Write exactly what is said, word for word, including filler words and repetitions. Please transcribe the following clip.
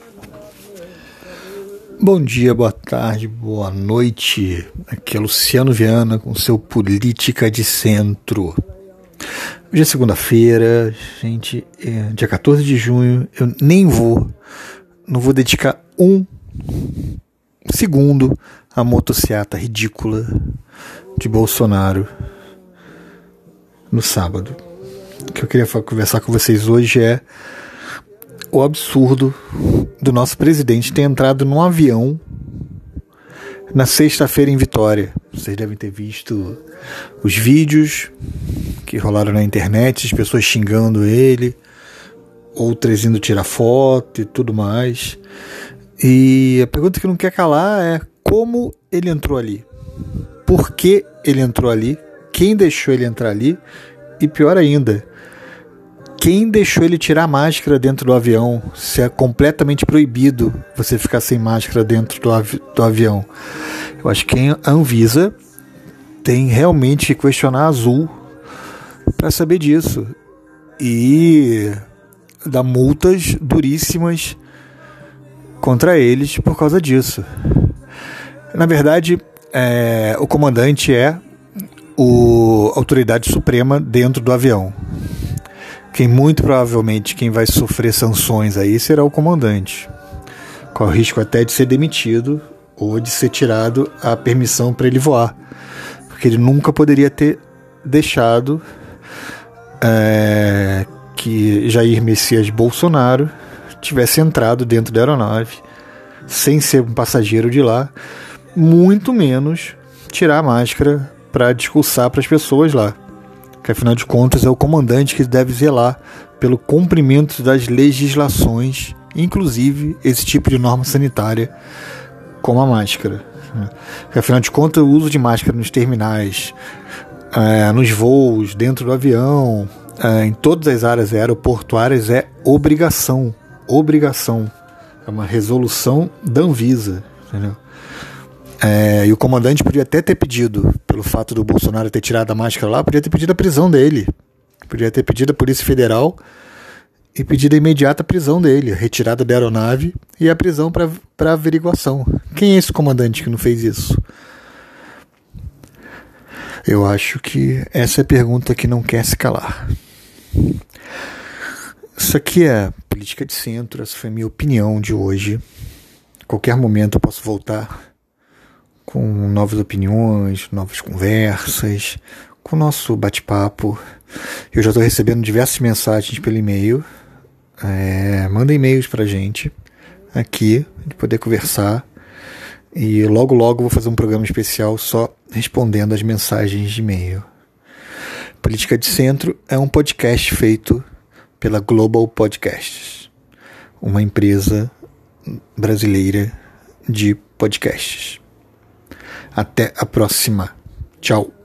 Bom dia, boa tarde, boa noite. Aqui é Luciano Viana com seu Política de Centro. Hoje é segunda-feira, gente, é dia quatorze de junho. Eu nem vou, não vou dedicar um segundo à motociata ridícula de Bolsonaro no sábado. O que eu queria conversar com vocês hoje é o absurdo do nosso presidente ter entrado num avião na sexta-feira em Vitória. Vocês devem ter visto os vídeos que rolaram na internet, as pessoas xingando ele, outras indo tirar foto e tudo mais. E a pergunta que não quer calar é como ele entrou ali? Por que ele entrou ali? Quem deixou ele entrar ali? E pior ainda, quem deixou ele tirar a máscara dentro do avião, se é completamente proibido você ficar sem máscara dentro do, avi- do avião? Eu acho que a Anvisa tem realmente que questionar a Azul para saber disso e dar multas duríssimas contra eles por causa disso. Na verdade, é, o comandante é a autoridade suprema dentro do avião. Quem muito provavelmente quem vai sofrer sanções aí será o comandante, com o risco até de ser demitido ou de ser tirado a permissão para ele voar, porque ele nunca poderia ter deixado é, que Jair Messias Bolsonaro tivesse entrado dentro da aeronave sem ser um passageiro de lá, muito menos tirar a máscara para discursar para as pessoas lá. Que afinal de contas é o comandante que deve zelar pelo cumprimento das legislações, inclusive esse tipo de norma sanitária, como a máscara. Que afinal de contas o uso de máscara nos terminais, é, nos voos, dentro do avião, é, em todas as áreas aeroportuárias é obrigação, obrigação. É uma resolução da Anvisa, entendeu? É, e o comandante podia até ter pedido, pelo fato do Bolsonaro ter tirado a máscara lá, podia ter pedido a prisão dele. Podia ter pedido a Polícia Federal e pedido a imediata prisão dele, a retirada da aeronave e a prisão para averiguação. Quem é esse comandante que não fez isso? Eu acho que essa é a pergunta que não quer se calar. Isso aqui é Política de Centro, essa foi a minha opinião de hoje. A qualquer momento eu posso voltar com novas opiniões, novas conversas, com o nosso bate-papo. Eu já estou recebendo diversas mensagens pelo e-mail. É, manda e-mails pra gente aqui, de poder conversar. E logo logo vou fazer um programa especial só respondendo as mensagens de e-mail. Política de Centro é um podcast feito pela Global Podcasts, uma empresa brasileira de podcasts. Até a próxima. Tchau.